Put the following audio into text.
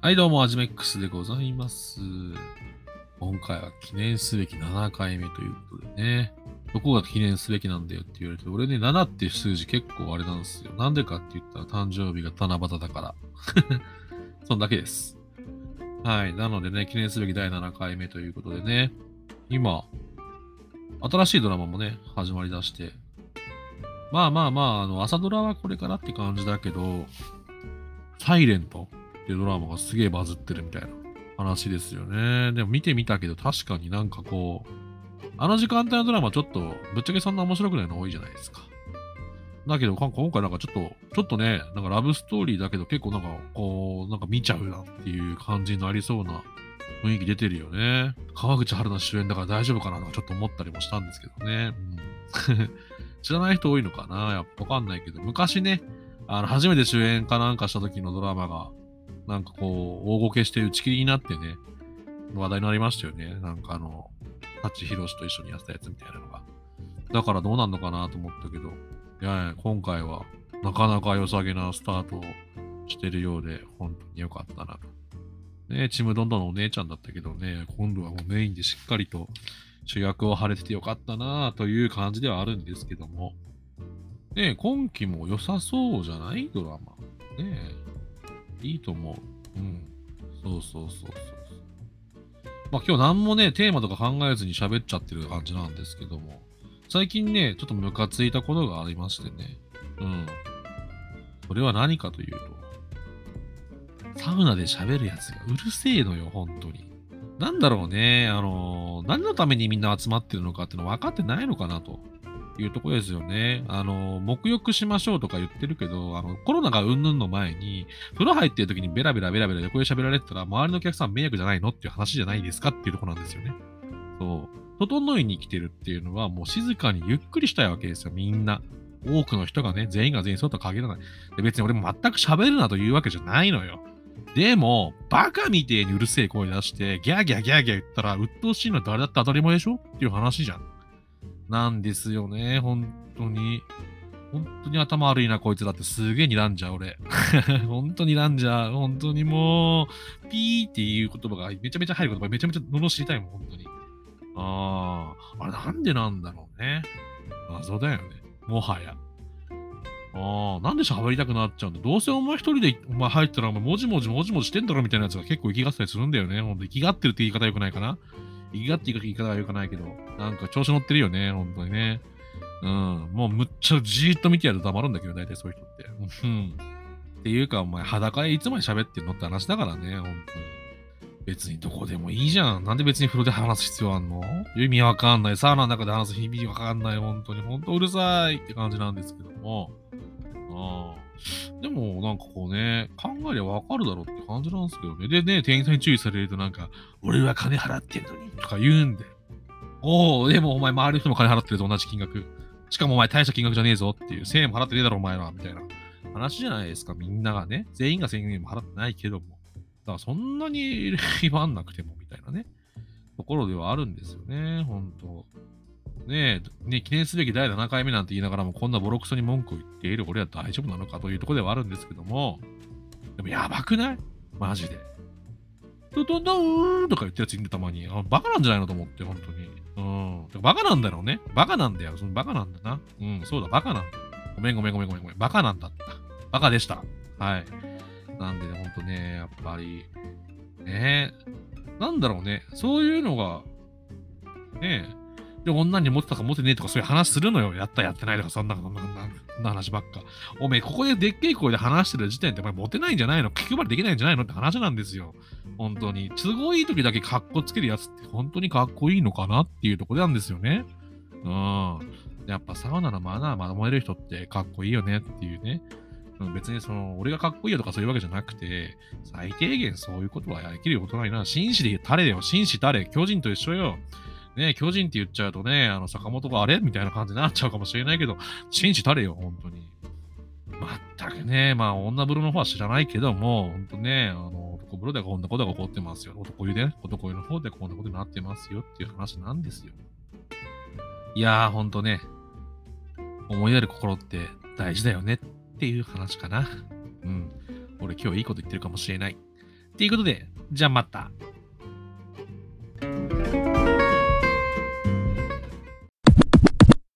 はいどうも、アジメックスでございます。今回は記念すべき7回目ということでね。どこが記念すべきなんだよって言われて、俺ね、7っていう数字結構あれなんですよ。なんでかって言ったら誕生日が七夕だから。そんだけです。はい。なのでね、記念すべき第7回目ということでね。今、新しいドラマもね、始まりだして。朝ドラはこれからって感じだけど、サイレントっていうドラマがすげえバズってるみたいな話ですよね。でも見てみたけど確かになんかこう、あの時間帯のドラマちょっとぶっちゃけそんな面白くないの多いじゃないですか。だけど今回なんかちょっとね、なんかラブストーリーだけど結構なんかこう、なんか見ちゃうなっていう感じになりそうな雰囲気出てるよね。川口春奈主演だから大丈夫かなとかちょっと思ったりもしたんですけどね。うん、知らない人多いのかなやっぱわかんないけど、昔ね、初めて主演かなんかした時のドラマが、なんかこう、大ごけして打ち切りになってね、話題になりましたよね。なんか舘ひろしと一緒にやってたやつみたいなのが。だからどうなんのかなと思ったけど、いやいや、今回はなかなか良さげなスタートをしてるようで、本当に良かったなと。ね、ちむどんどんのお姉ちゃんだったけどね、今度はもうメインでしっかりと主役を張れててよかったなという感じではあるんですけども、ね、今期も良さそうじゃないドラマ。ねえ、いいと思う。うん。そう。まあ今日何もね、テーマとか考えずに喋っちゃってる感じなんですけども、最近ね、ちょっとムカついたことがありましてね。うん。それは何かというと、サウナで喋るやつがうるせえのよ、本当に。なんだろうね、何のためにみんな集まってるのかっていうの分かってないのかなというところですよね。沐浴しましょうとか言ってるけど、コロナがうんぬんの前に、風呂入ってる時にベラベラ横で喋られてたら、周りのお客さん迷惑じゃないのっていう話じゃないですかっていうところなんですよね。そう。整いに来てるっていうのは、もう静かにゆっくりしたいわけですよ、みんな。多くの人がね、全員が全員そうとは限らない。で別に俺も全く喋るなというわけじゃないのよ。でも、バカみてえにうるせえ声出して、ギャーギャーギャーギャー言ったら、鬱陶しいのは誰だって当たり前でしょっていう話じゃん。なんですよね、本当に。本当に頭悪いな、こいつだってすげえ睨んじゃう、俺。本当に睨んじゃう。本当にもう、ピーっていう言葉がめちゃめちゃ入る言葉、めちゃめちゃ罵りたいもん、本当に。あれなんでなんだろうね。謎だよね。もはや。なんで喋りたくなっちゃうんだ。どうせお前一人でお前入ったらお前もじもじしてんだろみたいなやつが結構生きがってたりするんだよね。ほんと生きがってるって言い方良くないかな。生きがって言い方は良くないけど、なんか調子乗ってるよね、本当にね。うん。もうむっちゃじーっと見てやると黙るんだけど、大体そういう人って。うん。っていうか、お前裸でいつまで喋ってんのって話だからね、本当に。別にどこでもいいじゃん。なんで別に風呂で話す必要あんの？意味わかんない。サウナの中で話す意味わかんない。本当に。本当うるさいって感じなんですけども。でも、なんかこうね、考えりゃわかるだろうって感じなんですけどね。でね、店員さんに注意されるとなんか、俺は金払ってんのにとか言うんで。でもお前周りの人も金払ってるぞ、同じ金額。しかもお前大した金額じゃねえぞっていう、1000円も払ってねえだろ、お前ら、みたいな話じゃないですか、みんながね。全員が1000円も払ってないけども。だからそんなに言わんなくても、みたいなね、ところではあるんですよね、ほんと。記念すべき第7回目なんて言いながらも、こんなボロクソに文句を言っている俺は大丈夫なのかというところではあるんですけども、でもやばくないマジで。トゥトンドーンとか言ってるやついるたまに。バカなんじゃないのと思って、本当に。うん。バカなんだろうね。バカなんだよ。そのバカなんだな。うん、そうだ、バカなんだ。ごめん。バカなんだった。バカでした。はい。なんでね、ほんとね、やっぱり、ねなんだろうね。そういうのが、ねで、女にモテたかモテねえとかそういう話するのよ。やったやってないとか、そんな話ばっか。おめえ、ここででっけえ声で話してる時点で、お前モテないんじゃないの気配りできないんじゃないのって話なんですよ。本当に。都合いい時だけカッコつけるやつって本当にかっこいいのかなっていうところなんですよね。うん。やっぱサウナのマナー守れる人ってかっこいいよねっていうね。別に俺がかっこいいよとかそういうわけじゃなくて、最低限そういうことはできる大人にな。紳士で誰よ、紳士誰、巨人と一緒よ。ね、巨人って言っちゃうとね、坂本があれみたいな感じになっちゃうかもしれないけど、紳士たれよ、本当に。まったくね、まあ、女風呂の方は知らないけども、本当ね、男風呂でこんなことが起こってますよ。男湯でね、男湯の方でこんなことになってますよっていう話なんですよ。いやー、ほんとね、思いやる心って大事だよねっていう話かな。うん。俺今日いいこと言ってるかもしれない。 ということで、じゃあまた。